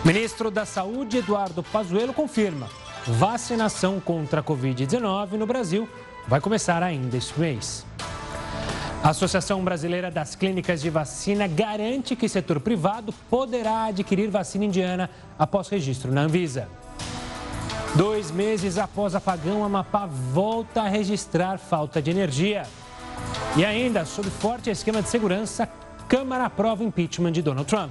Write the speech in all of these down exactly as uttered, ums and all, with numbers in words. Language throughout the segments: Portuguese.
Ministro da Saúde, Eduardo Pazuello, confirma: vacinação contra a covid dezenove no Brasil vai começar ainda este mês. A Associação Brasileira das Clínicas de Vacina garante que setor privado poderá adquirir vacina indiana após registro na Anvisa. Dois meses após apagão, a Amapá volta a registrar falta de energia. E ainda, sob forte esquema de segurança, Câmara aprova o impeachment de Donald Trump.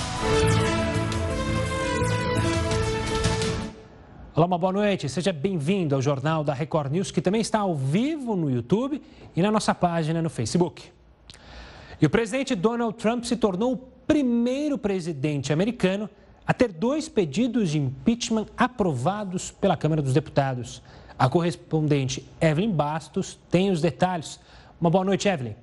Olá, uma boa noite. Seja bem-vindo ao Jornal da Record News, que também está ao vivo no YouTube e na nossa página no Facebook. E o presidente Donald Trump se tornou o primeiro presidente americano a ter dois pedidos de impeachment aprovados pela Câmara dos Deputados. A correspondente Evelyn Bastos tem os detalhes. Uma boa noite, Evelyn.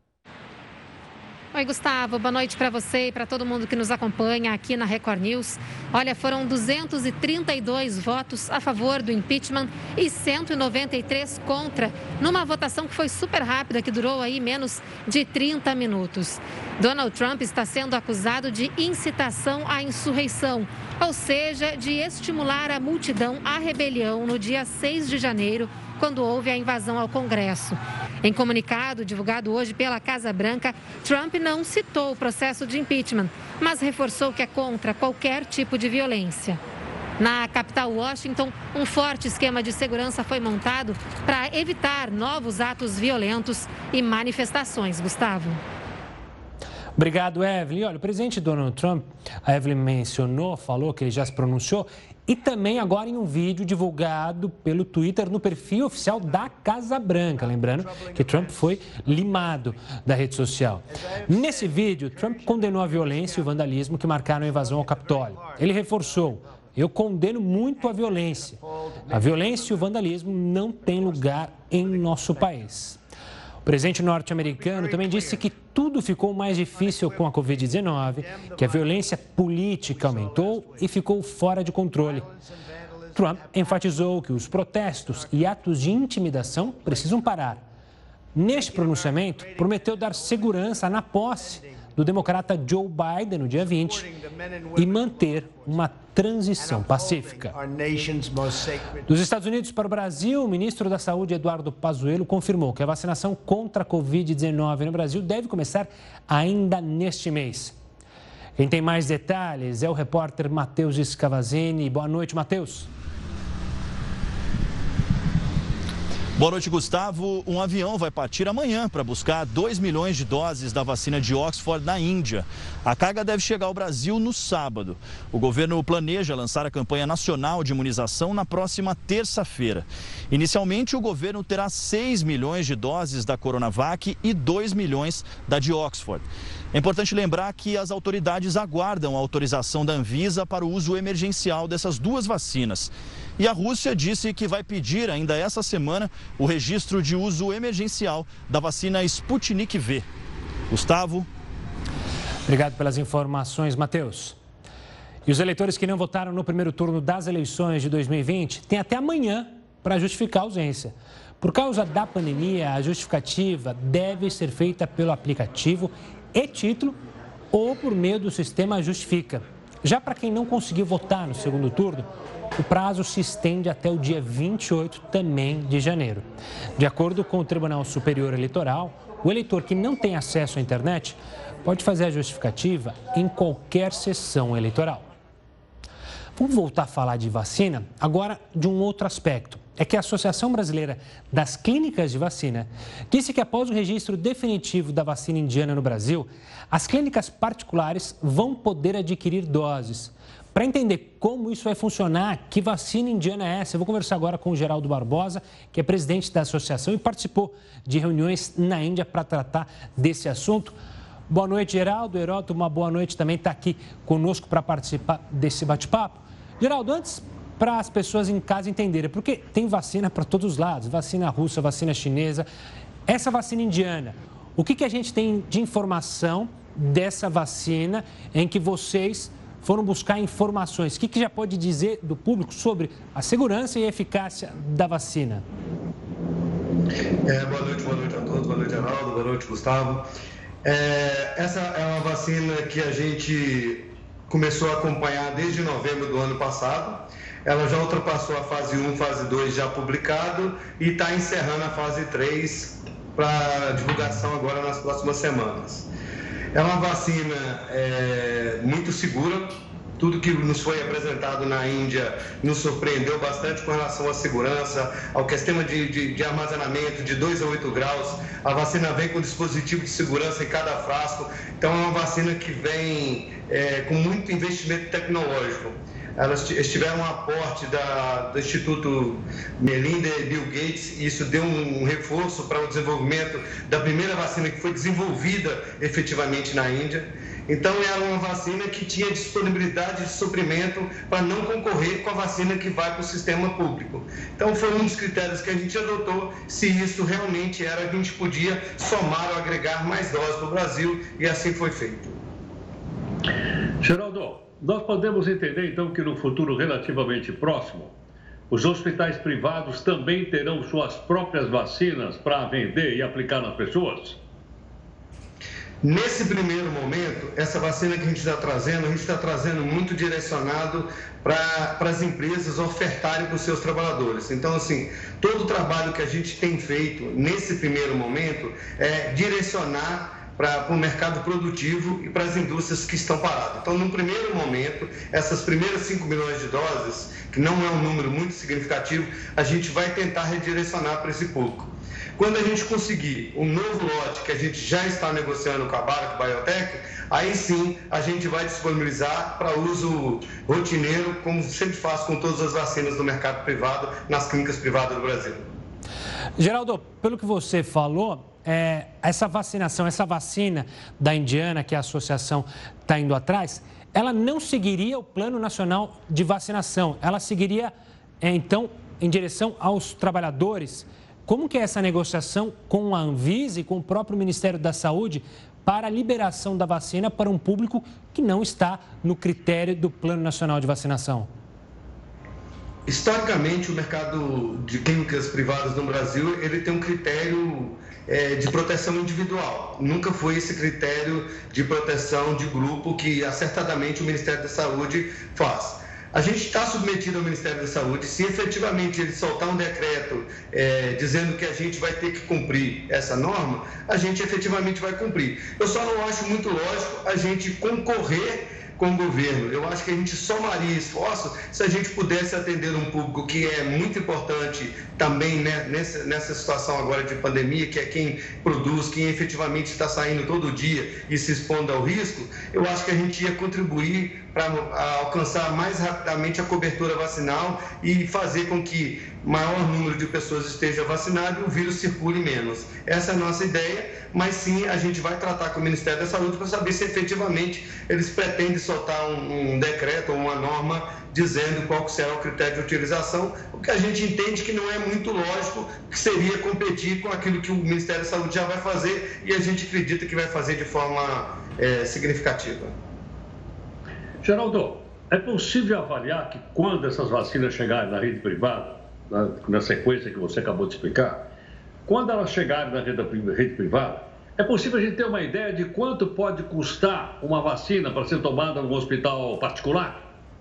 Oi, Gustavo. Boa noite para você e para todo mundo que nos acompanha aqui na Record News. Olha, foram duzentos e trinta e dois votos a favor do impeachment e cento e noventa e três contra, numa votação que foi super rápida, que durou aí menos de trinta minutos. Donald Trump está sendo acusado de incitação à insurreição, ou seja, de estimular a multidão à rebelião no dia seis de janeiro, quando houve a invasão ao Congresso. Em comunicado divulgado hoje pela Casa Branca, Trump não citou o processo de impeachment, mas reforçou que é contra qualquer tipo de violência. Na capital Washington, um forte esquema de segurança foi montado para evitar novos atos violentos e manifestações. Gustavo. Obrigado, Evelyn. Olha, o presidente Donald Trump, a Evelyn mencionou, falou que ele já se pronunciou, e também agora em um vídeo divulgado pelo Twitter no perfil oficial da Casa Branca. Lembrando que Trump foi limado da rede social. Nesse vídeo, Trump condenou a violência e o vandalismo que marcaram a invasão ao Capitólio. Ele reforçou: eu condeno muito a violência. A violência e o vandalismo não têm lugar em nosso país. O presidente norte-americano também disse que tudo ficou mais difícil com a covid dezenove, que a violência política aumentou e ficou fora de controle. Trump enfatizou que os protestos e atos de intimidação precisam parar. Neste pronunciamento, prometeu dar segurança na posse do democrata Joe Biden no dia vinte e manter uma transição pacífica. Dos Estados Unidos para o Brasil, o ministro da Saúde, Eduardo Pazuello, confirmou que a vacinação contra a covid dezenove no Brasil deve começar ainda neste mês. Quem tem mais detalhes é o repórter Matheus Scavazini. Boa noite, Matheus. Boa noite, Gustavo. Um avião vai partir amanhã para buscar dois milhões de doses da vacina de Oxford na Índia. A carga deve chegar ao Brasil no sábado. O governo planeja lançar a campanha nacional de imunização na próxima terça-feira. Inicialmente, o governo terá seis milhões de doses da Coronavac e dois milhões da de Oxford. É importante lembrar que as autoridades aguardam a autorização da Anvisa para o uso emergencial dessas duas vacinas. E a Rússia disse que vai pedir ainda essa semana o registro de uso emergencial da vacina Sputnik V. Gustavo. Obrigado pelas informações, Matheus. E os eleitores que não votaram no primeiro turno das eleições de dois mil e vinte têm até amanhã para justificar a ausência. Por causa da pandemia, a justificativa deve ser feita pelo aplicativo e-título ou por meio do sistema Justifica. Já para quem não conseguiu votar no segundo turno, o prazo se estende até o dia vinte e oito também de janeiro. De acordo com o Tribunal Superior Eleitoral, o eleitor que não tem acesso à internet pode fazer a justificativa em qualquer sessão eleitoral. Vamos voltar a falar de vacina, agora de um outro aspecto. É que a Associação Brasileira das Clínicas de Vacina disse que após o registro definitivo da vacina indiana no Brasil, as clínicas particulares vão poder adquirir doses. Para entender como isso vai funcionar, que vacina indiana é essa, eu vou conversar agora com o Geraldo Barbosa, que é presidente da associação e participou de reuniões na Índia para tratar desse assunto. Boa noite, Geraldo. Heródoto, uma boa noite também, está aqui conosco para participar desse bate-papo. Geraldo, antes, para as pessoas em casa entenderem, porque tem vacina para todos os lados, vacina russa, vacina chinesa, essa vacina indiana, o que, que a gente tem de informação dessa vacina em que vocês foram buscar informações? O que, que já pode dizer do público sobre a segurança e a eficácia da vacina? É, boa noite, boa noite a todos, boa noite, Arnaldo, boa noite, Gustavo. É, essa é uma vacina que a gente começou a acompanhar desde novembro do ano passado. Ela já ultrapassou a fase um, fase dois já publicado e está encerrando a fase três para divulgação agora nas próximas semanas. É uma vacina é, muito segura. Tudo que nos foi apresentado na Índia nos surpreendeu bastante com relação à segurança, ao sistema de, de, de armazenamento de dois a oito graus. A vacina vem com dispositivo de segurança em cada frasco. Então, é uma vacina que vem é, com muito investimento tecnológico. Elas tiveram um aporte da, do Instituto Melinda e Bill Gates, e isso deu um reforço para o desenvolvimento da primeira vacina que foi desenvolvida efetivamente na Índia. Então, era uma vacina que tinha disponibilidade de suprimento para não concorrer com a vacina que vai para o sistema público. Então, foi um dos critérios que a gente adotou, se isso realmente era, a gente podia somar ou agregar mais doses para o Brasil, e assim foi feito. Geraldo, nós podemos entender, então, que no futuro relativamente próximo, os hospitais privados também terão suas próprias vacinas para vender e aplicar nas pessoas? Nesse primeiro momento, essa vacina que a gente está trazendo, a gente está trazendo muito direcionado para as empresas ofertarem para os seus trabalhadores. Então, assim, todo o trabalho que a gente tem feito nesse primeiro momento é direcionar para o mercado produtivo e para as indústrias que estão paradas. Então, no primeiro momento, essas primeiras cinco milhões de doses, que não é um número muito significativo, a gente vai tentar redirecionar para esse público. Quando a gente conseguir um novo lote que a gente já está negociando com a Bharat Biotech, aí sim a gente vai disponibilizar para uso rotineiro, como sempre faz com todas as vacinas do mercado privado, nas clínicas privadas do Brasil. Geraldo, pelo que você falou, é, essa vacinação, essa vacina da Indiana, que a associação está indo atrás, ela não seguiria o Plano Nacional de Vacinação, ela seguiria, é, então, em direção aos trabalhadores. Como que é essa negociação com a Anvisa e com o próprio Ministério da Saúde para a liberação da vacina para um público que não está no critério do Plano Nacional de Vacinação? Historicamente, o mercado de clínicas privadas no Brasil, ele tem um critério é, de proteção individual. Nunca foi esse critério de proteção de grupo que, acertadamente, o Ministério da Saúde faz. A gente está submetido ao Ministério da Saúde. Se efetivamente ele soltar um decreto é, dizendo que a gente vai ter que cumprir essa norma, a gente efetivamente vai cumprir. Eu só não acho muito lógico a gente concorrer com o governo. Eu acho que a gente somaria esforço se a gente pudesse atender um público que é muito importante também, né, nessa, nessa situação agora de pandemia, que é quem produz, quem efetivamente está saindo todo dia e se expondo ao risco. Eu acho que a gente ia contribuir para alcançar mais rapidamente a cobertura vacinal e fazer com que maior número de pessoas esteja vacinado e o vírus circule menos. Essa é a nossa ideia, mas sim, a gente vai tratar com o Ministério da Saúde para saber se efetivamente eles pretendem soltar um, um decreto ou uma norma dizendo qual será o critério de utilização, o que a gente entende que não é muito lógico, que seria competir com aquilo que o Ministério da Saúde já vai fazer e a gente acredita que vai fazer de forma é, significativa. Geraldo, é possível avaliar que quando essas vacinas chegarem na rede privada, na, na sequência que você acabou de explicar, quando elas chegarem na rede, rede privada, é possível a gente ter uma ideia de quanto pode custar uma vacina para ser tomada num hospital particular?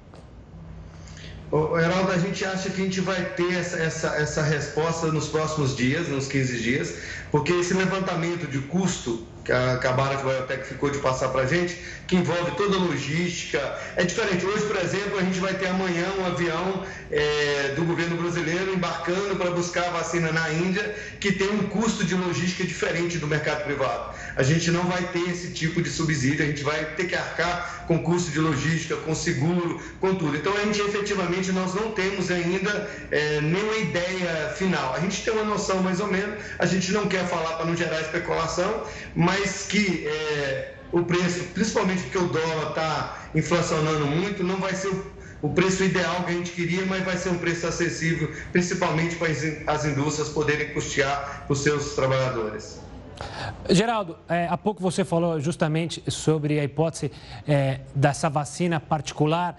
Ô, Heraldo, a gente acha que a gente vai ter essa, essa, essa resposta nos próximos dias, nos quinze dias, porque esse levantamento de custo que a, que a Bharat Biotech ficou de passar para a gente, que envolve toda a logística, é diferente. Hoje, por exemplo, a gente vai ter amanhã um avião é, do governo brasileiro embarcando para buscar a vacina na Índia, que tem um custo de logística diferente do mercado privado. A gente não vai ter esse tipo de subsídio, a gente vai ter que arcar com custo de logística, com seguro, com tudo. Então, a gente efetivamente, nós não temos ainda é, nenhuma ideia final. A gente tem uma noção mais ou menos, a gente não quer falar para não gerar especulação, mas que é, o preço, principalmente porque o dólar está inflacionando muito, não vai ser o, o preço ideal que a gente queria, mas vai ser um preço acessível, principalmente para as indústrias poderem custear para os seus trabalhadores. Geraldo, é, há pouco você falou justamente sobre a hipótese é, dessa vacina particular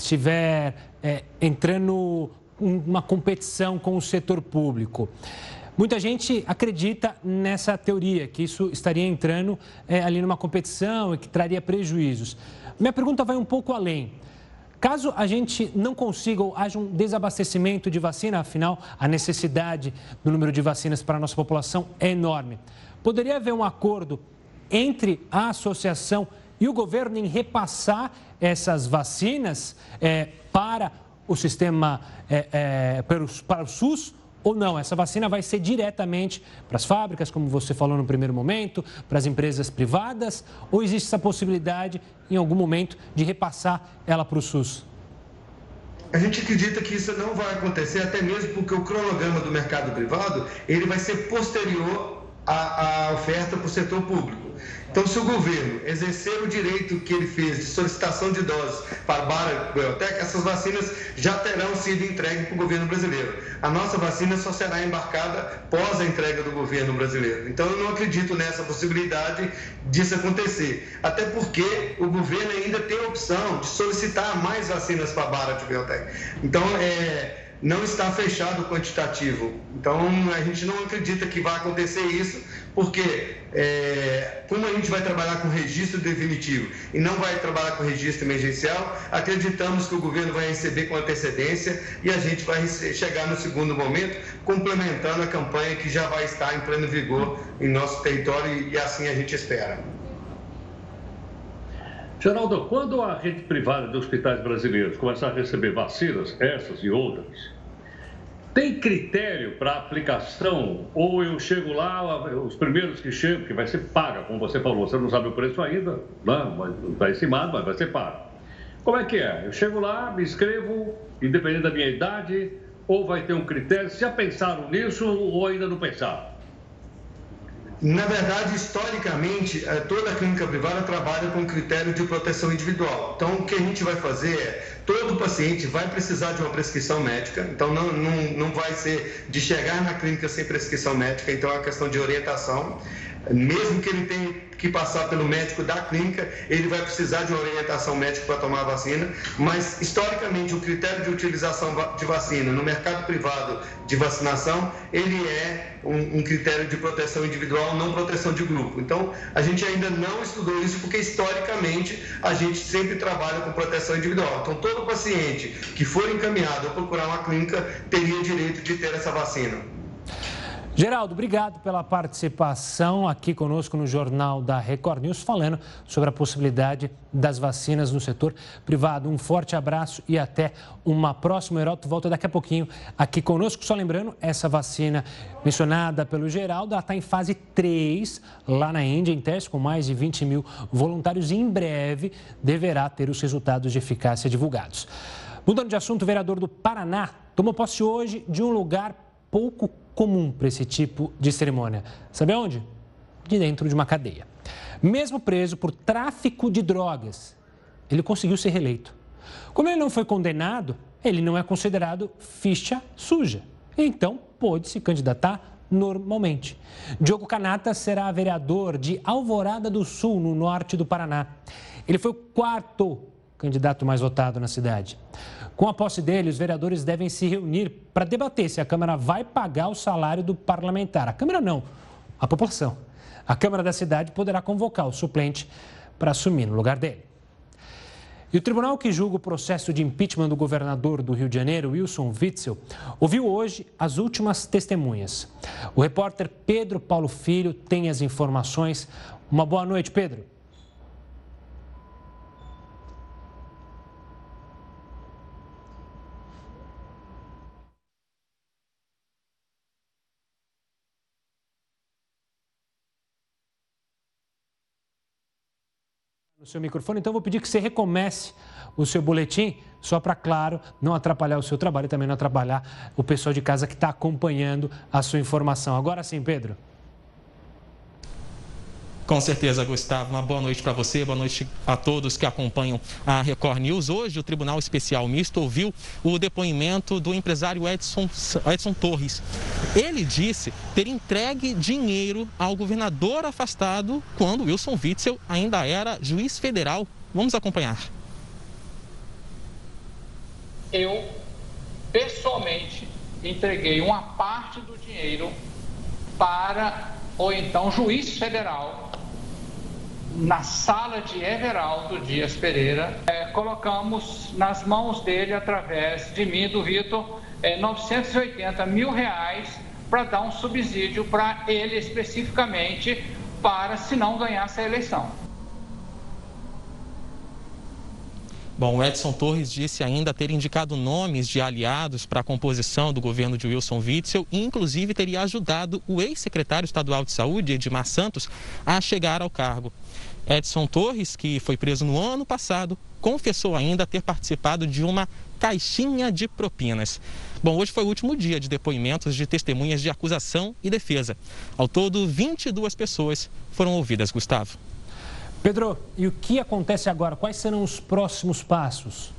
estiver é, entrando uma competição com o setor público. Muita gente acredita nessa teoria, que isso estaria entrando é, ali numa competição e que traria prejuízos. Minha pergunta vai um pouco além. Caso a gente não consiga ou haja um desabastecimento de vacina, afinal, a necessidade do número de vacinas para a nossa população é enorme. Poderia haver um acordo entre a associação e o governo em repassar essas vacinas é, para o sistema, é, é, para, o, para o SUS? Ou não, essa vacina vai ser diretamente para as fábricas, como você falou no primeiro momento, para as empresas privadas? Ou existe essa possibilidade, em algum momento, de repassar ela para o SUS? A gente acredita que isso não vai acontecer, até mesmo porque o cronograma do mercado privado ele vai ser posterior à, à oferta para o setor público. Então, se o governo exercer o direito que ele fez de solicitação de doses para a BioNTech, essas vacinas já terão sido entregues para o governo brasileiro. A nossa vacina só será embarcada pós a entrega do governo brasileiro. Então, eu não acredito nessa possibilidade disso acontecer. Até porque o governo ainda tem a opção de solicitar mais vacinas para a BioNTech. Então, é... não está fechado o quantitativo. Então, a gente não acredita que vai acontecer isso, porque é, como a gente vai trabalhar com registro definitivo e não vai trabalhar com registro emergencial, acreditamos que o governo vai receber com antecedência e a gente vai chegar no segundo momento, complementando a campanha que já vai estar em pleno vigor em nosso território e assim a gente espera. Geraldo, quando a rede privada de hospitais brasileiros começar a receber vacinas, essas e outras, tem critério para aplicação? Ou eu chego lá, os primeiros que chegam, que vai ser paga, como você falou, você não sabe o preço ainda, não está estimado, mas vai ser pago. Como é que é? Eu chego lá, me inscrevo, independente da minha idade, ou vai ter um critério? Já pensaram nisso ou ainda não pensaram? Na verdade, historicamente, toda a clínica privada trabalha com critério de proteção individual. Então, o que a gente vai fazer é, todo paciente vai precisar de uma prescrição médica, então não, não, não vai ser de chegar na clínica sem prescrição médica, então é uma questão de orientação. Mesmo que ele tenha que passar pelo médico da clínica, ele vai precisar de uma orientação médica para tomar a vacina, mas, historicamente, o critério de utilização de vacina no mercado privado de vacinação, ele é um, um critério de proteção individual, não proteção de grupo. Então, a gente ainda não estudou isso, porque, historicamente, a gente sempre trabalha com proteção individual. Então, todo paciente que for encaminhado a procurar uma clínica teria direito de ter essa vacina. Geraldo, obrigado pela participação aqui conosco no Jornal da Record News, falando sobre a possibilidade das vacinas no setor privado. Um forte abraço e até uma próxima. O Heródoto volta daqui a pouquinho aqui conosco. Só lembrando, essa vacina mencionada pelo Geraldo, ela está em fase três, lá na Índia, em teste, com mais de vinte mil voluntários. E em breve deverá ter os resultados de eficácia divulgados. Mudando de assunto, o vereador do Paraná tomou posse hoje de um lugar pouco comum para esse tipo de cerimônia. Sabe onde? De dentro de uma cadeia. Mesmo preso por tráfico de drogas, ele conseguiu ser reeleito. Como ele não foi condenado, ele não é considerado ficha suja. Então, pôde se candidatar normalmente. Diogo Canata será vereador de Alvorada do Sul, no norte do Paraná. Ele foi o quarto candidato mais votado na cidade. Com a posse dele, os vereadores devem se reunir para debater se a Câmara vai pagar o salário do parlamentar. A Câmara não, a população. A Câmara da cidade poderá convocar o suplente para assumir no lugar dele. E o tribunal que julga o processo de impeachment do governador do Rio de Janeiro, Wilson Witzel, ouviu hoje as últimas testemunhas. O repórter Pedro Paulo Filho tem as informações. Uma boa noite, Pedro. No seu microfone, então vou pedir que você recomece o seu boletim, só para, claro, não atrapalhar o seu trabalho e também não atrapalhar o pessoal de casa que está acompanhando a sua informação. Agora sim, Pedro. Com certeza, Gustavo. Uma boa noite para você, boa noite a todos que acompanham a Record News. Hoje, o Tribunal Especial Misto ouviu o depoimento do empresário Edson, Edson Torres. Ele disse ter entregue dinheiro ao governador afastado quando Wilson Witzel ainda era juiz federal. Vamos acompanhar. Eu, pessoalmente, entreguei uma parte do dinheiro para o então juiz federal, na sala de Everaldo Dias Pereira. É, colocamos nas mãos dele, através de mim, do Vitor, é, novecentos e oitenta mil reais para dar um subsídio para ele especificamente, para se não ganhasse a eleição. Bom, o Edson Torres disse ainda ter indicado nomes de aliados para a composição do governo de Wilson Witzel e, inclusive, teria ajudado o ex-secretário estadual de saúde, Edmar Santos, a chegar ao cargo. Edson Torres, que foi preso no ano passado, confessou ainda ter participado de uma caixinha de propinas. Bom, hoje foi o último dia de depoimentos de testemunhas de acusação e defesa. Ao todo, vinte e duas pessoas foram ouvidas, Gustavo. Pedro, e o que acontece agora? Quais serão os próximos passos?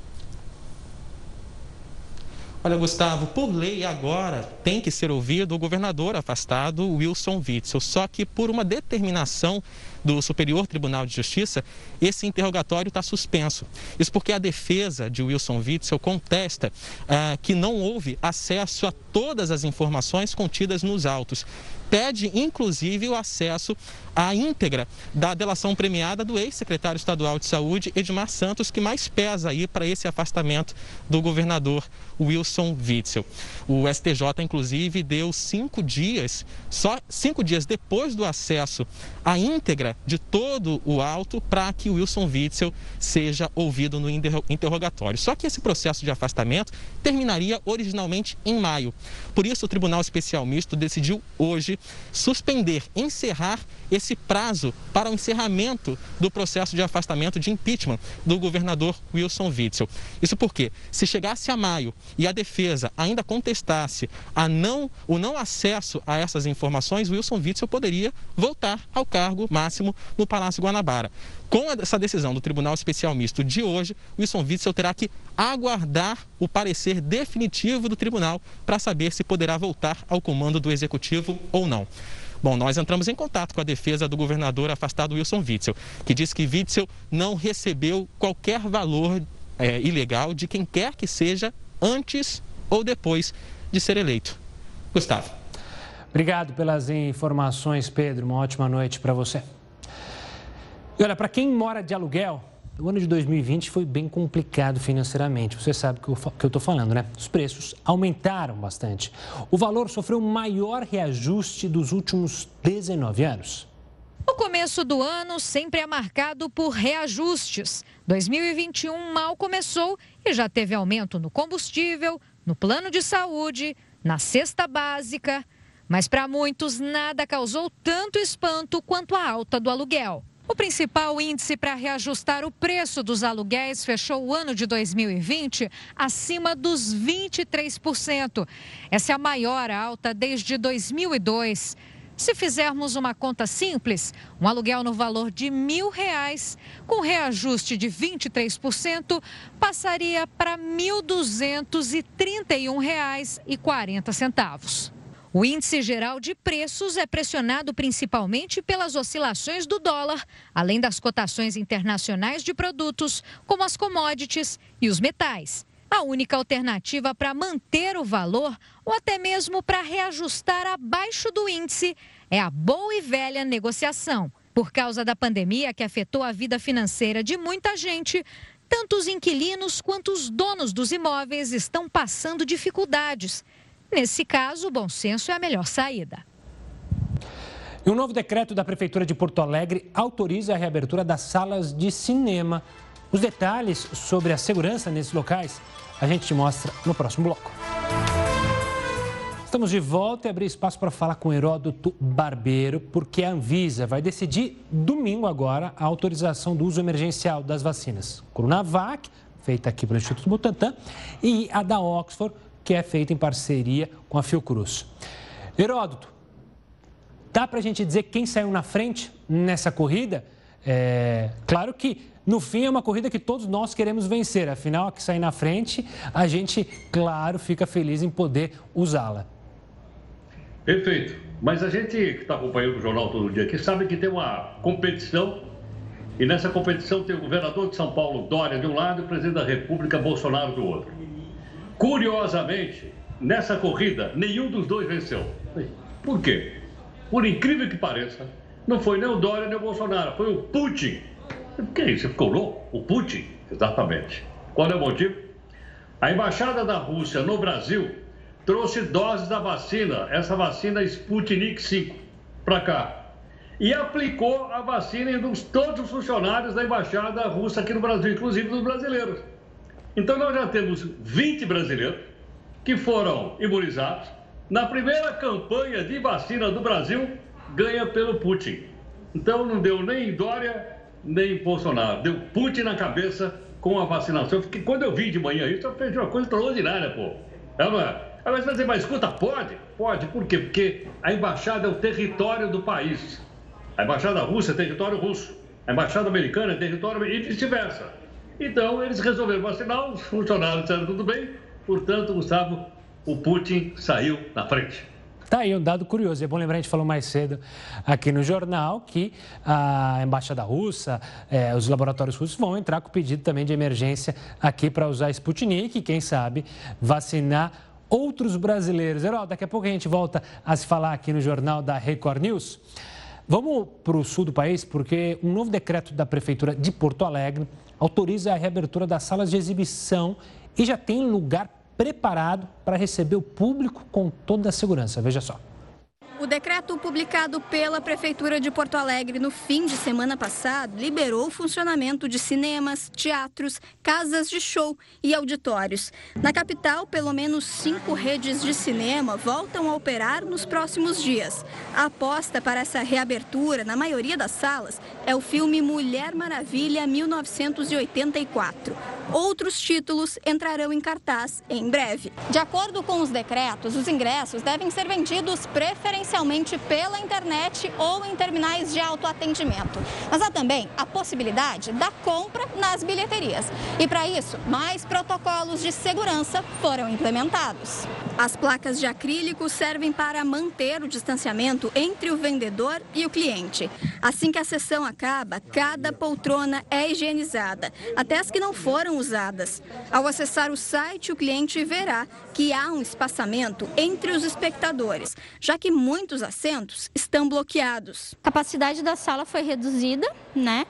Olha, Gustavo, por lei agora tem que ser ouvido o governador afastado, Wilson Witzel. Só que por uma determinação do Superior Tribunal de Justiça, esse interrogatório está suspenso. Isso porque a defesa de Wilson Witzel contesta ah, que não houve acesso a todas as informações contidas nos autos. Pede, inclusive, o acesso à íntegra da delação premiada do ex-secretário estadual de saúde, Edmar Santos, que mais pesa aí para esse afastamento do governador Wilson Witzel. O S T J, inclusive, deu cinco dias, só cinco dias depois do acesso à íntegra de todo o auto, para que o Wilson Witzel seja ouvido no interrogatório. Só que esse processo de afastamento terminaria originalmente em maio. Por isso, o Tribunal Especial Misto decidiu hoje suspender, encerrar esse prazo para o encerramento do processo de afastamento de impeachment do governador Wilson Witzel. Isso porque, se chegasse a maio e a defesa ainda contestasse a não, o não acesso a essas informações, Wilson Witzel poderia voltar ao cargo máximo no Palácio Guanabara. Com essa decisão do Tribunal Especial Misto de hoje, Wilson Witzel terá que aguardar o parecer definitivo do tribunal para saber se poderá voltar ao comando do Executivo ou não. Bom, nós entramos em contato com a defesa do governador afastado Wilson Witzel, que diz que Witzel não recebeu qualquer valor é, ilegal de quem quer que seja antes ou depois de ser eleito. Gustavo. Obrigado pelas informações, Pedro. Uma ótima noite para você. E olha, para quem mora de aluguel, o ano de dois mil e vinte foi bem complicado financeiramente. Você sabe o que eu estou falando, né? Os preços aumentaram bastante. O valor sofreu o maior reajuste dos últimos dezenove anos. O começo do ano sempre é marcado por reajustes. dois mil e vinte e um mal começou e já teve aumento no combustível, no plano de saúde, na cesta básica. Mas para muitos nada causou tanto espanto quanto a alta do aluguel. O principal índice para reajustar o preço dos aluguéis fechou o ano de dois mil e vinte acima dos vinte e três por cento. Essa é a maior alta desde dois mil e dois. Se fizermos uma conta simples, um aluguel no valor de mil reais, com reajuste de vinte e três por cento, passaria para mil duzentos e trinta e um reais e quarenta centavos. O índice geral de preços é pressionado principalmente pelas oscilações do dólar, além das cotações internacionais de produtos, como as commodities e os metais. A única alternativa para manter o valor ou até mesmo para reajustar abaixo do índice é a boa e velha negociação. Por causa da pandemia que afetou a vida financeira de muita gente, tanto os inquilinos quanto os donos dos imóveis estão passando dificuldades. Nesse caso, o bom senso é a melhor saída. E um novo decreto da Prefeitura de Porto Alegre autoriza a reabertura das salas de cinema. Os detalhes sobre a segurança nesses locais a gente te mostra no próximo bloco. Estamos de volta e abrir espaço para falar com Heródoto Barbeiro, porque a Anvisa vai decidir domingo agora a autorização do uso emergencial das vacinas Coronavac, feita aqui pelo Instituto Butantan, e a da Oxford, que é feita em parceria com a Fiocruz. Heródoto, dá para a gente dizer quem saiu na frente nessa corrida? É, claro que, no fim, é uma corrida que todos nós queremos vencer. Afinal, a que sair na frente, a gente, claro, fica feliz em poder usá-la. Perfeito. Mas a gente que está acompanhando o jornal todo dia aqui sabe que tem uma competição. E nessa competição tem o governador de São Paulo, Dória, de um lado, e o presidente da República, Bolsonaro, do outro. Curiosamente, nessa corrida, nenhum dos dois venceu. Por quê? por incrível que pareça, não foi nem o Dória nem o Bolsonaro, foi o Putin. O que é isso? Você ficou louco? O Putin? Exatamente. Qual é o motivo? A Embaixada da Rússia no Brasil trouxe doses da vacina, essa vacina Sputnik cinco, para cá. E aplicou a vacina em todos os funcionários da Embaixada Russa aqui no Brasil, inclusive dos brasileiros. Então, nós já temos vinte brasileiros que foram imunizados. Na primeira campanha de vacina do Brasil, ganha pelo Putin. Então, não deu nem Dória, nem Bolsonaro. Deu Putin na cabeça com a vacinação. Porque quando eu vi de manhã isso, eu fiz uma coisa extraordinária, pô. É, não é? Aí você vai dizer, mas escuta, pode? Pode. Por quê? Porque a embaixada é o território do país. A embaixada russa é território russo. A embaixada americana é território e vice-versa. Então, eles resolveram vacinar, os funcionários disseram tudo bem. Portanto, Gustavo, o Putin saiu na frente. Tá aí um dado curioso. É bom lembrar, a gente falou mais cedo aqui no jornal que a Embaixada Russa, eh, os laboratórios russos vão entrar com pedido também de emergência aqui para usar Sputnik e, quem sabe, vacinar outros brasileiros. Herói, daqui a pouco a gente volta a se falar aqui no jornal da Record News. Vamos para o sul do país, porque um novo decreto da Prefeitura de Porto Alegre autoriza a reabertura das salas de exibição e já tem lugar preparado para receber o público com toda a segurança. Veja só. O decreto publicado pela Prefeitura de Porto Alegre no fim de semana passado liberou o funcionamento de cinemas, teatros, casas de show e auditórios. Na capital, pelo menos cinco redes de cinema voltam a operar nos próximos dias. A aposta para essa reabertura, na maioria das salas, é o filme Mulher Maravilha mil novecentos e oitenta e quatro. Outros títulos entrarão em cartaz em breve. De acordo com os decretos, os ingressos devem ser vendidos preferencialmente pela internet ou em terminais de autoatendimento. Mas há também a possibilidade da compra nas bilheterias. E para isso, mais protocolos de segurança foram implementados. As placas de acrílico servem para manter o distanciamento entre o vendedor e o cliente. Assim que a sessão acaba, cada poltrona é higienizada, até as que não foram usadas. Ao acessar o site, o cliente verá que há um espaçamento entre os espectadores, já que muitos assentos estão bloqueados. A capacidade da sala foi reduzida, né?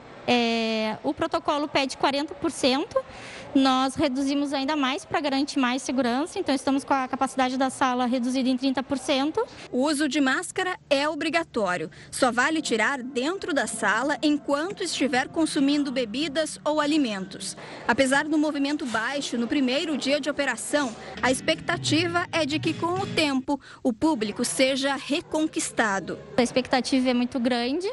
É, o protocolo pede quarenta por cento, nós reduzimos ainda mais para garantir mais segurança, então estamos com a capacidade da sala reduzida em trinta por cento. O uso de máscara é obrigatório, só vale tirar dentro da sala enquanto estiver consumindo bebidas ou alimentos. Apesar do movimento baixo no primeiro dia de operação, a expectativa é de que com o tempo o público seja reconquistado. A expectativa é muito grande.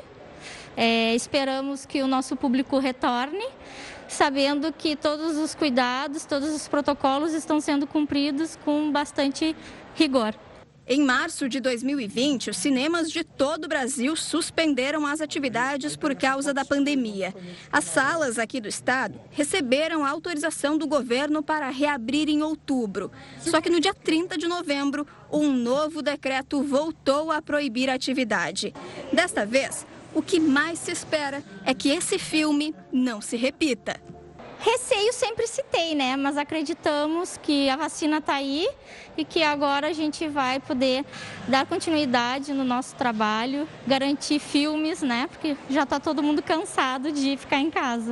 É, esperamos que o nosso público retorne, sabendo que todos os cuidados, todos os protocolos estão sendo cumpridos com bastante rigor. Em março de dois mil e vinte, os cinemas de todo o Brasil suspenderam as atividades por causa da pandemia. As salas aqui do estado receberam a autorização do governo para reabrir em outubro. Só que no dia trinta de novembro, um novo decreto voltou a proibir a atividade. Desta vez, o que mais se espera é que esse filme não se repita. Receio sempre se tem, né? Mas acreditamos que a vacina está aí e que agora a gente vai poder dar continuidade no nosso trabalho, garantir filmes, né? Porque já está todo mundo cansado de ficar em casa.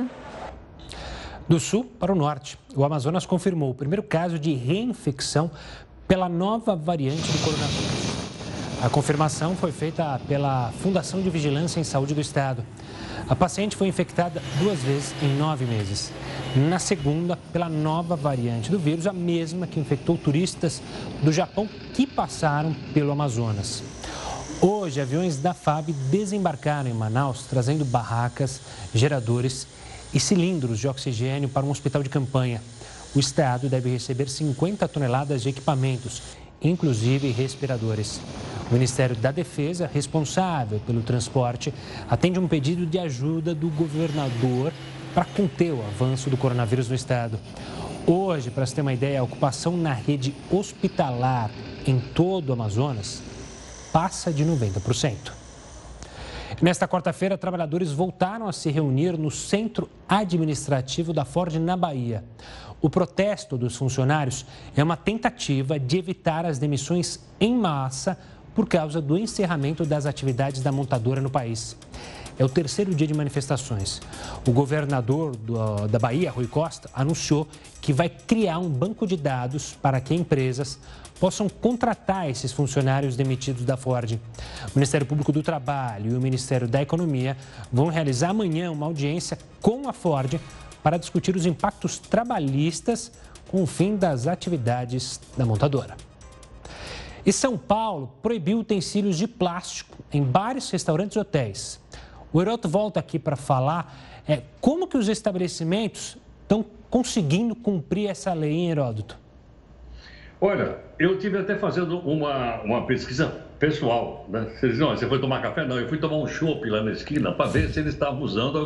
Do sul para o norte, o Amazonas confirmou o primeiro caso de reinfecção pela nova variante do coronavírus. A confirmação foi feita pela Fundação de Vigilância em Saúde do Estado. A paciente foi infectada duas vezes em nove meses. Na segunda, pela nova variante do vírus, a mesma que infectou turistas do Japão que passaram pelo Amazonas. Hoje, aviões da F A B desembarcaram em Manaus, trazendo barracas, geradores e cilindros de oxigênio para um hospital de campanha. O Estado deve receber cinquenta toneladas de equipamentos, inclusive respiradores. O Ministério da Defesa, responsável pelo transporte, atende um pedido de ajuda do governador para conter o avanço do coronavírus no estado. Hoje, para se ter uma ideia, a ocupação na rede hospitalar em todo o Amazonas passa de noventa por cento. Nesta quarta-feira, trabalhadores voltaram a se reunir no centro administrativo da Ford, na Bahia. O protesto dos funcionários é uma tentativa de evitar as demissões em massa por causa do encerramento das atividades da montadora no país. É o terceiro dia de manifestações. O governador do, da Bahia, Rui Costa, anunciou que vai criar um banco de dados para que empresas possam contratar esses funcionários demitidos da Ford. O Ministério Público do Trabalho e o Ministério da Economia vão realizar amanhã uma audiência com a Ford para discutir os impactos trabalhistas com o fim das atividades da montadora. E São Paulo proibiu utensílios de plástico em bares, restaurantes e hotéis. O Heródoto volta aqui para falar é, como que os estabelecimentos estão conseguindo cumprir essa lei, hein, Heródoto? Olha, eu estive até fazendo uma, uma pesquisa pessoal, né? Você diz, não, você foi tomar café? Não, eu fui tomar um chopp lá na esquina para ver se eles estavam usando.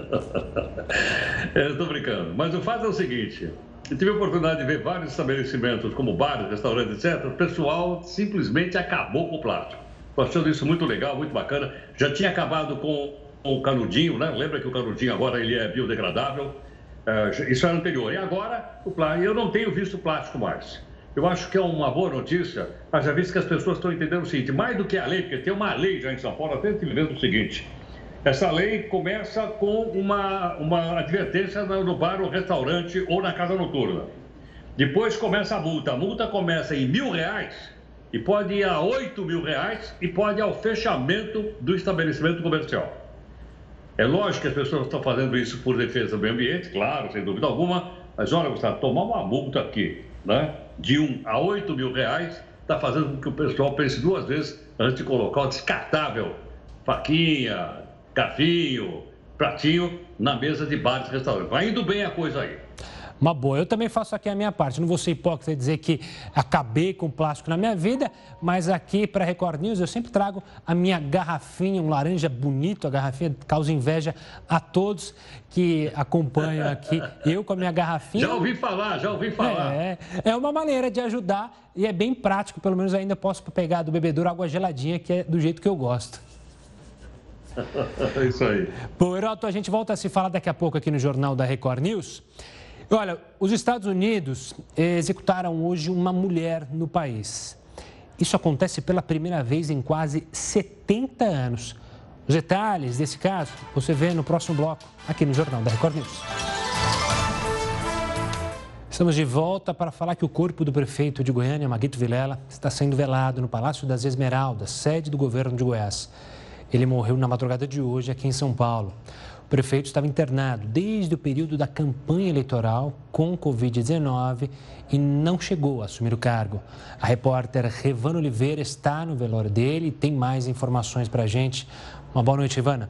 Eu estou brincando. Mas o fato é o seguinte, eu tive a oportunidade de ver vários estabelecimentos, como bares, restaurantes, etcétera. O pessoal simplesmente acabou com o plástico. Estou achando isso muito legal, muito bacana. Já tinha acabado com o canudinho, né? Lembra que o canudinho agora ele é biodegradável. É, isso era anterior. E agora, o plástico, eu não tenho visto plástico mais. Eu acho que é uma boa notícia, mas já visto que as pessoas estão entendendo o seguinte, mais do que a lei, porque tem uma lei já em São Paulo, até estive vendo o seguinte, essa lei começa com uma, uma advertência no bar ou restaurante ou na casa noturna. Depois começa a multa. A multa começa em mil reais e pode ir a oito mil reais e pode ir ao fechamento do estabelecimento comercial. É lógico que as pessoas estão fazendo isso por defesa do meio ambiente, claro, sem dúvida alguma, mas olha, Gustavo, tomar uma multa aqui, né, de um a oito mil reais, está fazendo com que o pessoal pense duas vezes antes de colocar o descartável, faquinha, garfinho, pratinho, na mesa de bares e restaurantes. Vai indo bem a coisa aí. Uma boa. Eu também faço aqui a minha parte. Não vou ser hipócrita e dizer que acabei com o plástico na minha vida, mas aqui para a Record News eu sempre trago a minha garrafinha, um laranja bonito, a garrafinha causa inveja a todos que acompanham aqui. Eu com a minha garrafinha... Já ouvi falar, já ouvi falar. É, é uma maneira de ajudar e é bem prático, pelo menos ainda posso pegar do bebedouro água geladinha, que é do jeito que eu gosto. É isso aí. Pô, Heródoto, a gente volta a se falar daqui a pouco aqui no Jornal da Record News. Olha, os Estados Unidos executaram hoje uma mulher no país. Isso acontece pela primeira vez em quase setenta anos. Os detalhes desse caso você vê no próximo bloco, aqui no Jornal da Record News. Estamos de volta para falar que o corpo do prefeito de Goiânia, Maguito Vilela, está sendo velado no Palácio das Esmeraldas, sede do governo de Goiás. Ele morreu na madrugada de hoje aqui em São Paulo. O prefeito estava internado desde o período da campanha eleitoral com covid dezenove e não chegou a assumir o cargo. A repórter Revana Oliveira está no velório dele e tem mais informações para a gente. Uma boa noite, Revana.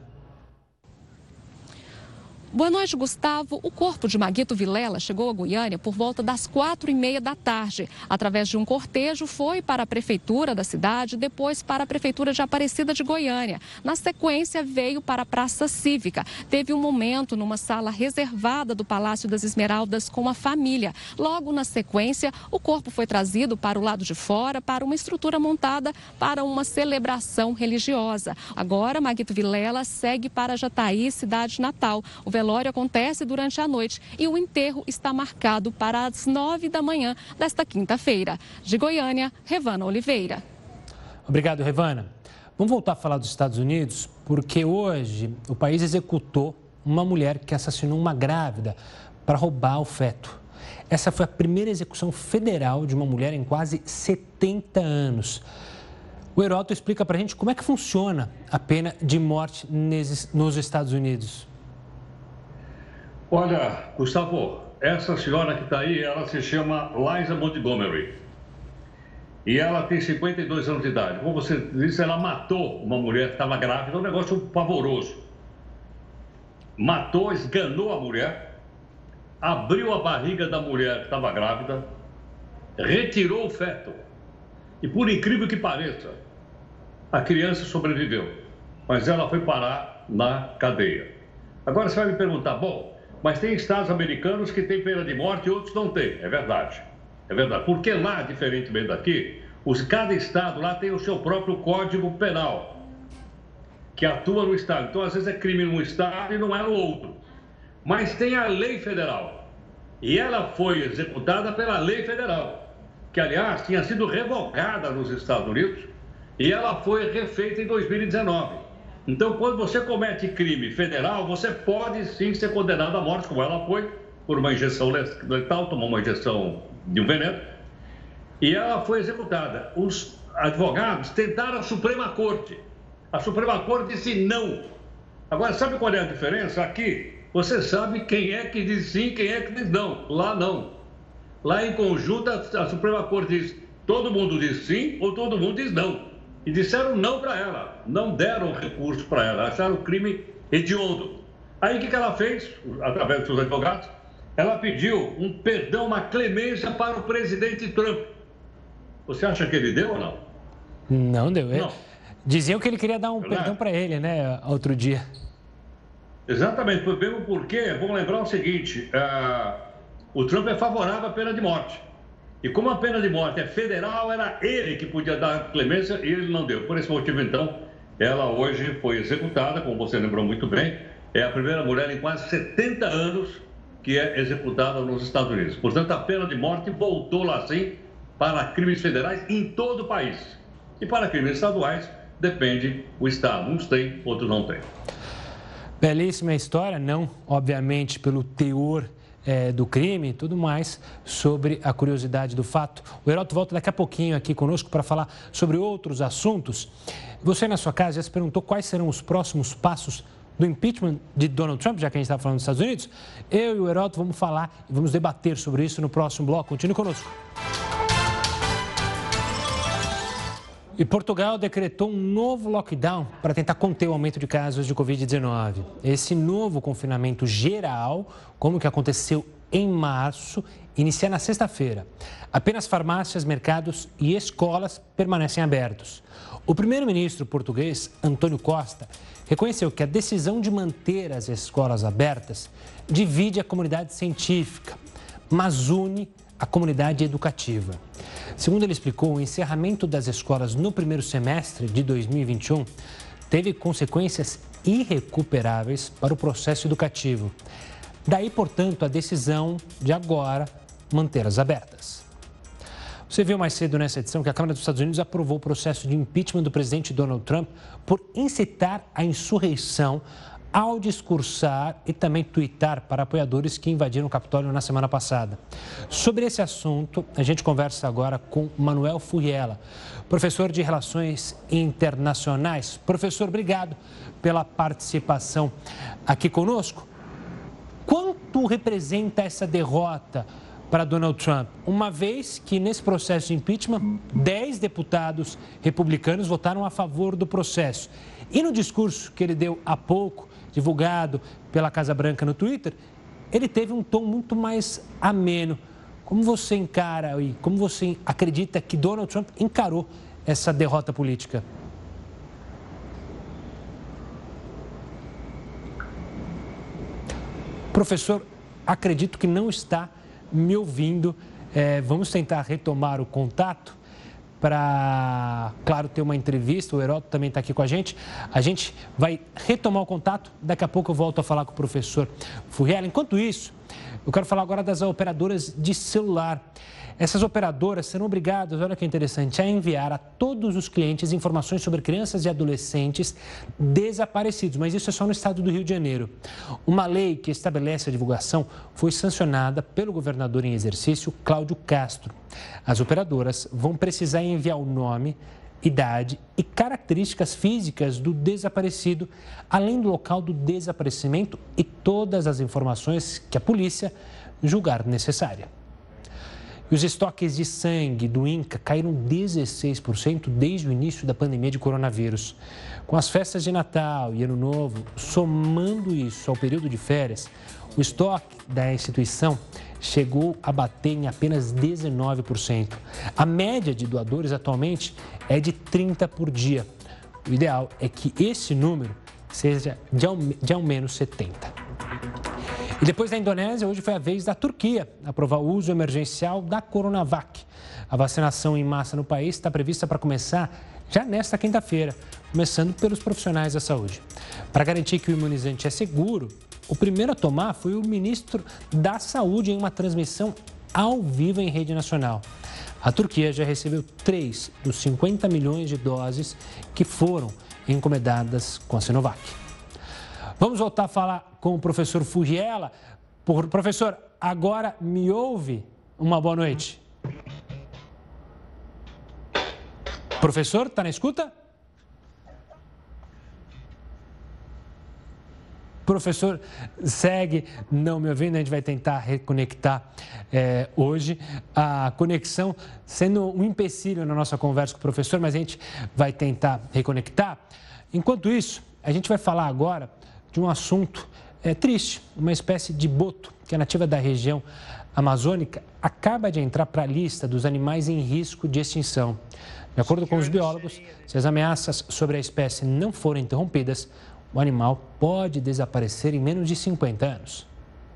Boa noite, Gustavo. O corpo de Maguito Vilela chegou a Goiânia por volta das quatro e meia da tarde. Através de um cortejo, foi para a prefeitura da cidade, depois para a prefeitura de Aparecida de Goiânia. Na sequência, veio para a Praça Cívica. Teve um momento numa sala reservada do Palácio das Esmeraldas com a família. Logo na sequência, o corpo foi trazido para o lado de fora, para uma estrutura montada para uma celebração religiosa. Agora, Maguito Vilela segue para Jataí, cidade natal. O O velório acontece durante a noite e o enterro está marcado para as nove da manhã desta quinta-feira. De Goiânia, Revana Oliveira. Obrigado, Revana. Vamos voltar a falar dos Estados Unidos, porque hoje o país executou uma mulher que assassinou uma grávida para roubar o feto. Essa foi a primeira execução federal de uma mulher em quase setenta anos. O Heródoto explica para a gente como é que funciona a pena de morte nos Estados Unidos. Olha, Gustavo, essa senhora que está aí, ela se chama Liza Montgomery. E ela tem cinquenta e dois anos de idade. Como você disse, ela matou uma mulher que estava grávida, um negócio pavoroso. Matou, esganou a mulher, abriu a barriga da mulher que estava grávida, retirou o feto. E por incrível que pareça, a criança sobreviveu, mas ela foi parar na cadeia. Agora você vai me perguntar, bom, mas tem estados americanos que têm pena de morte e outros não têm. É verdade. É verdade. Porque lá, diferentemente daqui, os, cada estado lá tem o seu próprio código penal, que atua no estado. Então, às vezes, é crime num estado e não é no outro. Mas tem a lei federal. E ela foi executada pela lei federal, que, aliás, tinha sido revogada nos Estados Unidos e ela foi refeita em dois mil e dezenove. Então, quando você comete crime federal, você pode sim ser condenado à morte, como ela foi, por uma injeção letal, tomou uma injeção de um veneno, e ela foi executada. Os advogados tentaram a Suprema Corte. A Suprema Corte disse não. Agora, sabe qual é a diferença? Aqui, você sabe quem é que diz sim, quem é que diz não. Lá, não. Lá, em conjunto, a Suprema Corte diz, todo mundo diz sim ou todo mundo diz não. E disseram não para ela, não deram recurso para ela, acharam o crime hediondo. Aí o que, que ela fez, através dos seus advogados? Ela pediu um perdão, uma clemência para o presidente Trump. Você acha que ele deu ou não? Não deu. Não. Diziam que ele queria dar um não perdão é? para ele, né, outro dia. Exatamente, mesmo porque, vamos lembrar o seguinte, uh, o Trump é favorável à pena de morte. E como a pena de morte é federal, era ele que podia dar clemência e ele não deu. Por esse motivo, então, ela hoje foi executada, como você lembrou muito bem, é a primeira mulher em quase setenta anos que é executada nos Estados Unidos. Portanto, a pena de morte voltou lá sim para crimes federais em todo o país. E para crimes estaduais, depende o estado. Uns têm, outros não têm. Belíssima história, não, obviamente, pelo teor É, do crime e tudo mais, sobre a curiosidade do fato. O Heródoto volta daqui a pouquinho aqui conosco para falar sobre outros assuntos. Você, na sua casa, já se perguntou quais serão os próximos passos do impeachment de Donald Trump, já que a gente está falando dos Estados Unidos? Eu e o Heródoto vamos falar e vamos debater sobre isso no próximo bloco. Continue conosco. E Portugal decretou um novo lockdown para tentar conter o aumento de casos de covid dezenove. Esse novo confinamento geral, como que aconteceu em março, inicia na sexta-feira. Apenas farmácias, mercados e escolas permanecem abertos. O primeiro-ministro português, António Costa, reconheceu que a decisão de manter as escolas abertas divide a comunidade científica, mas une a comunidade educativa. Segundo ele explicou, o encerramento das escolas no primeiro semestre de dois mil e vinte e um teve consequências irrecuperáveis para o processo educativo. Daí, portanto, a decisão de agora mantê-las abertas. Você viu mais cedo nessa edição que a Câmara dos Estados Unidos aprovou o processo de impeachment do presidente Donald Trump por incitar a insurreição ao discursar e também tuitar para apoiadores que invadiram o Capitólio na semana passada. Sobre esse assunto, a gente conversa agora com Manuel Furriela, professor de Relações Internacionais. Professor, obrigado pela participação aqui conosco. Quanto representa essa derrota para Donald Trump, uma vez que nesse processo de impeachment, dez deputados republicanos votaram a favor do processo. E no discurso que ele deu há pouco, divulgado pela Casa Branca no Twitter, ele teve um tom muito mais ameno. Como você encara e como você acredita que Donald Trump encarou essa derrota política? Professor, acredito que não está me ouvindo. É, vamos tentar retomar o contato para, claro, ter uma entrevista. O Heródoto também está aqui com a gente. A gente vai retomar o contato. Daqui a pouco eu volto a falar com o professor Furriela. Enquanto isso, eu quero falar agora das operadoras de celular. Essas operadoras serão obrigadas, olha que interessante, a enviar a todos os clientes informações sobre crianças e adolescentes desaparecidos, mas isso é só no estado do Rio de Janeiro. Uma lei que estabelece a divulgação foi sancionada pelo governador em exercício, Cláudio Castro. As operadoras vão precisar enviar o nome, idade e características físicas do desaparecido, além do local do desaparecimento e todas as informações que a polícia julgar necessária. E os estoques de sangue do INCA caíram dezesseis por cento desde o início da pandemia de coronavírus. Com as festas de Natal e Ano Novo, somando isso ao período de férias, o estoque da instituição chegou a bater em apenas dezenove por cento. A média de doadores atualmente é de trinta por dia. O ideal é que esse número seja de ao, de ao menos setenta. E depois da Indonésia, hoje foi a vez da Turquia aprovar o uso emergencial da Coronavac. A vacinação em massa no país está prevista para começar já nesta quinta-feira, começando pelos profissionais da saúde. Para garantir que o imunizante é seguro, o primeiro a tomar foi o ministro da Saúde em uma transmissão ao vivo em rede nacional. A Turquia já recebeu três dos cinquenta milhões de doses que foram encomendadas com a Sinovac. Vamos voltar a falar com o professor Furriela. Professor, agora me ouve? Uma boa noite. Professor, está na escuta? Professor, segue não me ouvindo, a gente vai tentar reconectar é, hoje. A conexão sendo um empecilho na nossa conversa com o professor, mas a gente vai tentar reconectar. Enquanto isso, a gente vai falar agora de um assunto é, triste, uma espécie de boto que é nativa da região amazônica, acaba de entrar para a lista dos animais em risco de extinção. De acordo com os biólogos, se as ameaças sobre a espécie não forem interrompidas, o animal pode desaparecer em menos de cinquenta anos.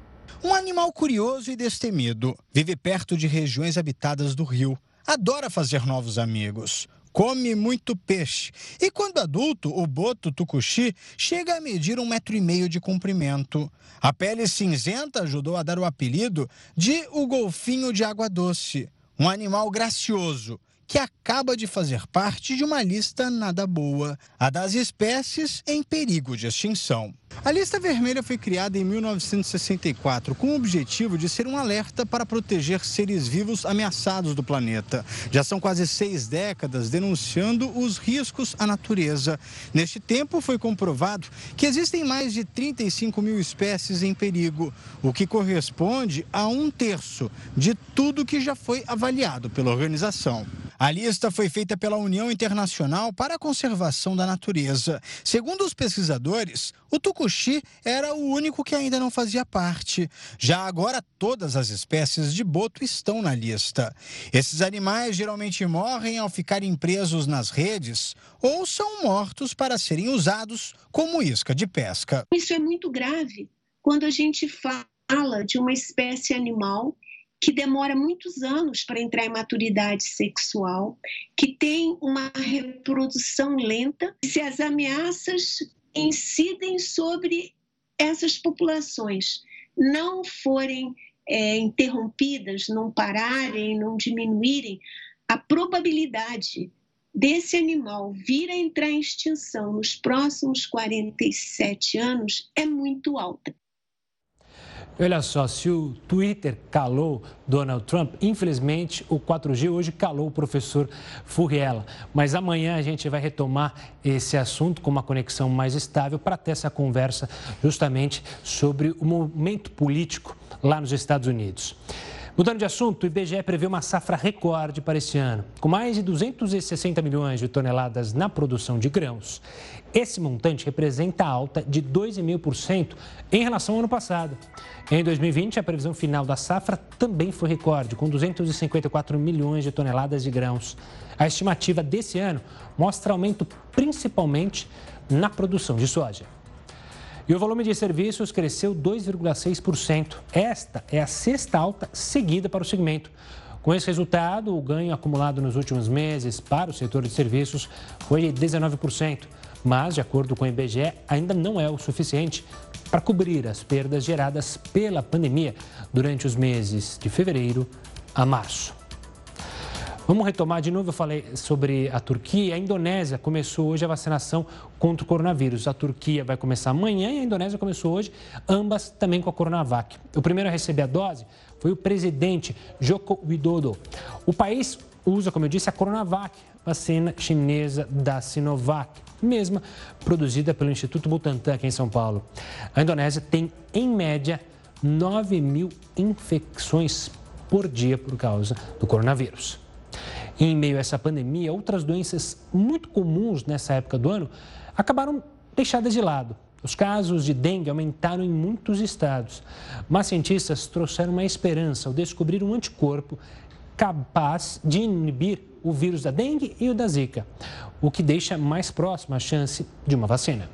Um animal curioso e destemido. Vive perto de regiões habitadas do rio. Adora fazer novos amigos. Come muito peixe. E quando adulto, o boto tucuxi chega a medir um metro e meio de comprimento. A pele cinzenta ajudou a dar o apelido de o golfinho de água doce. Um animal gracioso, que acaba de fazer parte de uma lista nada boa, a das espécies em perigo de extinção. A lista vermelha foi criada em mil novecentos e sessenta e quatro com o objetivo de ser um alerta para proteger seres vivos ameaçados do planeta. Já são quase seis décadas denunciando os riscos à natureza. Neste tempo foi comprovado que existem mais de trinta e cinco mil espécies em perigo, o que corresponde a um terço de tudo que já foi avaliado pela organização. A lista foi feita pela União Internacional para a Conservação da Natureza. Segundo os pesquisadores, o tucuxi era o único que ainda não fazia parte. Já agora, todas as espécies de boto estão na lista. Esses animais geralmente morrem ao ficarem presos nas redes ou são mortos para serem usados como isca de pesca. Isso é muito grave quando a gente fala de uma espécie animal que demora muitos anos para entrar em maturidade sexual, que tem uma reprodução lenta. Se as ameaças incidem sobre essas populações, não forem é, interrompidas, não pararem, não diminuírem, a probabilidade desse animal vir a entrar em extinção nos próximos quarenta e sete anos é muito alta. Olha só, se o Twitter calou Donald Trump, infelizmente o quatro G hoje calou o professor Furriela. Mas amanhã a gente vai retomar esse assunto com uma conexão mais estável para ter essa conversa justamente sobre o momento político lá nos Estados Unidos. Mudando de assunto, o I B G E prevê uma safra recorde para esse ano, com mais de duzentos e sessenta milhões de toneladas na produção de grãos. Esse montante representa a alta de dois vírgula cinco por cento em relação ao ano passado. Em dois mil e vinte, a previsão final da safra também foi recorde, com duzentos e cinquenta e quatro milhões de toneladas de grãos. A estimativa desse ano mostra aumento principalmente na produção de soja. E o volume de serviços cresceu dois vírgula seis por cento. Esta é a sexta alta seguida para o segmento. Com esse resultado, o ganho acumulado nos últimos meses para o setor de serviços foi de dezenove por cento. Mas, de acordo com o I B G E, ainda não é o suficiente para cobrir as perdas geradas pela pandemia durante os meses de fevereiro a março. Vamos retomar de novo, eu falei sobre a Turquia. A Indonésia começou hoje a vacinação contra o coronavírus. A Turquia vai começar amanhã e a Indonésia começou hoje, ambas também com a Coronavac. O primeiro a receber a dose foi o presidente Joko Widodo. O país usa, como eu disse, a Coronavac, vacina chinesa da Sinovac, mesma produzida pelo Instituto Butantan aqui em São Paulo. A Indonésia tem, em média, nove mil infecções por dia por causa do coronavírus. Em meio a essa pandemia, outras doenças muito comuns nessa época do ano acabaram deixadas de lado. Os casos de dengue aumentaram em muitos estados, mas cientistas trouxeram uma esperança ao descobrir um anticorpo capaz de inibir o vírus da dengue e o da zika, o que deixa mais próxima a chance de uma vacina.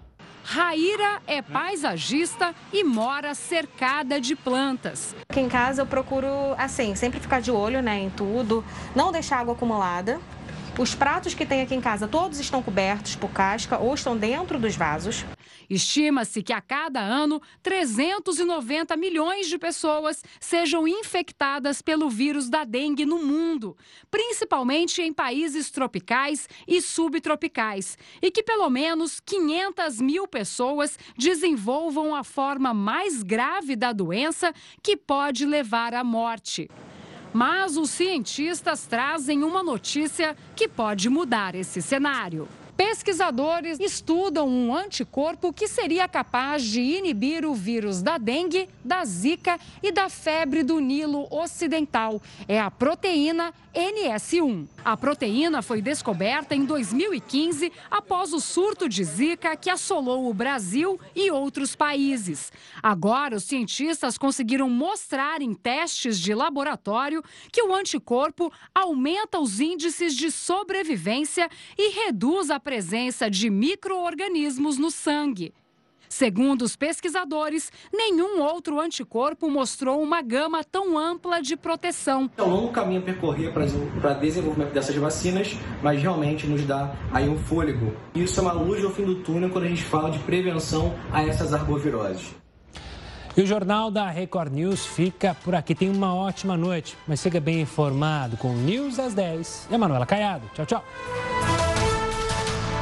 Raíra é paisagista e mora cercada de plantas. Aqui em casa eu procuro, assim, sempre ficar de olho, né, em tudo, não deixar água acumulada, Os pratos que tem aqui em casa, todos estão cobertos por casca ou estão dentro dos vasos. Estima-se que a cada ano, trezentos e noventa milhões de pessoas sejam infectadas pelo vírus da dengue no mundo, principalmente em países tropicais e subtropicais, e que pelo menos quinhentas mil pessoas desenvolvam a forma mais grave da doença, que pode levar à morte. Mas os cientistas trazem uma notícia que pode mudar esse cenário. Pesquisadores estudam um anticorpo que seria capaz de inibir o vírus da dengue, da zika e da febre do Nilo Ocidental. É a proteína N S um. A proteína foi descoberta em dois mil e quinze, após o surto de zika que assolou o Brasil e outros países. Agora, os cientistas conseguiram mostrar em testes de laboratório que o anticorpo aumenta os índices de sobrevivência e reduz a presença de micro-organismos no sangue. Segundo os pesquisadores, nenhum outro anticorpo mostrou uma gama tão ampla de proteção. É um longo caminho a percorrer para o desenvolvimento dessas vacinas, mas realmente nos dá aí um fôlego. Isso é uma luz no fim do túnel quando a gente fala de prevenção a essas arboviroses. E o Jornal da Record News fica por aqui. Tenha uma ótima noite, mas siga bem informado com o News às dez. E a Manuela Caiado. Tchau, tchau.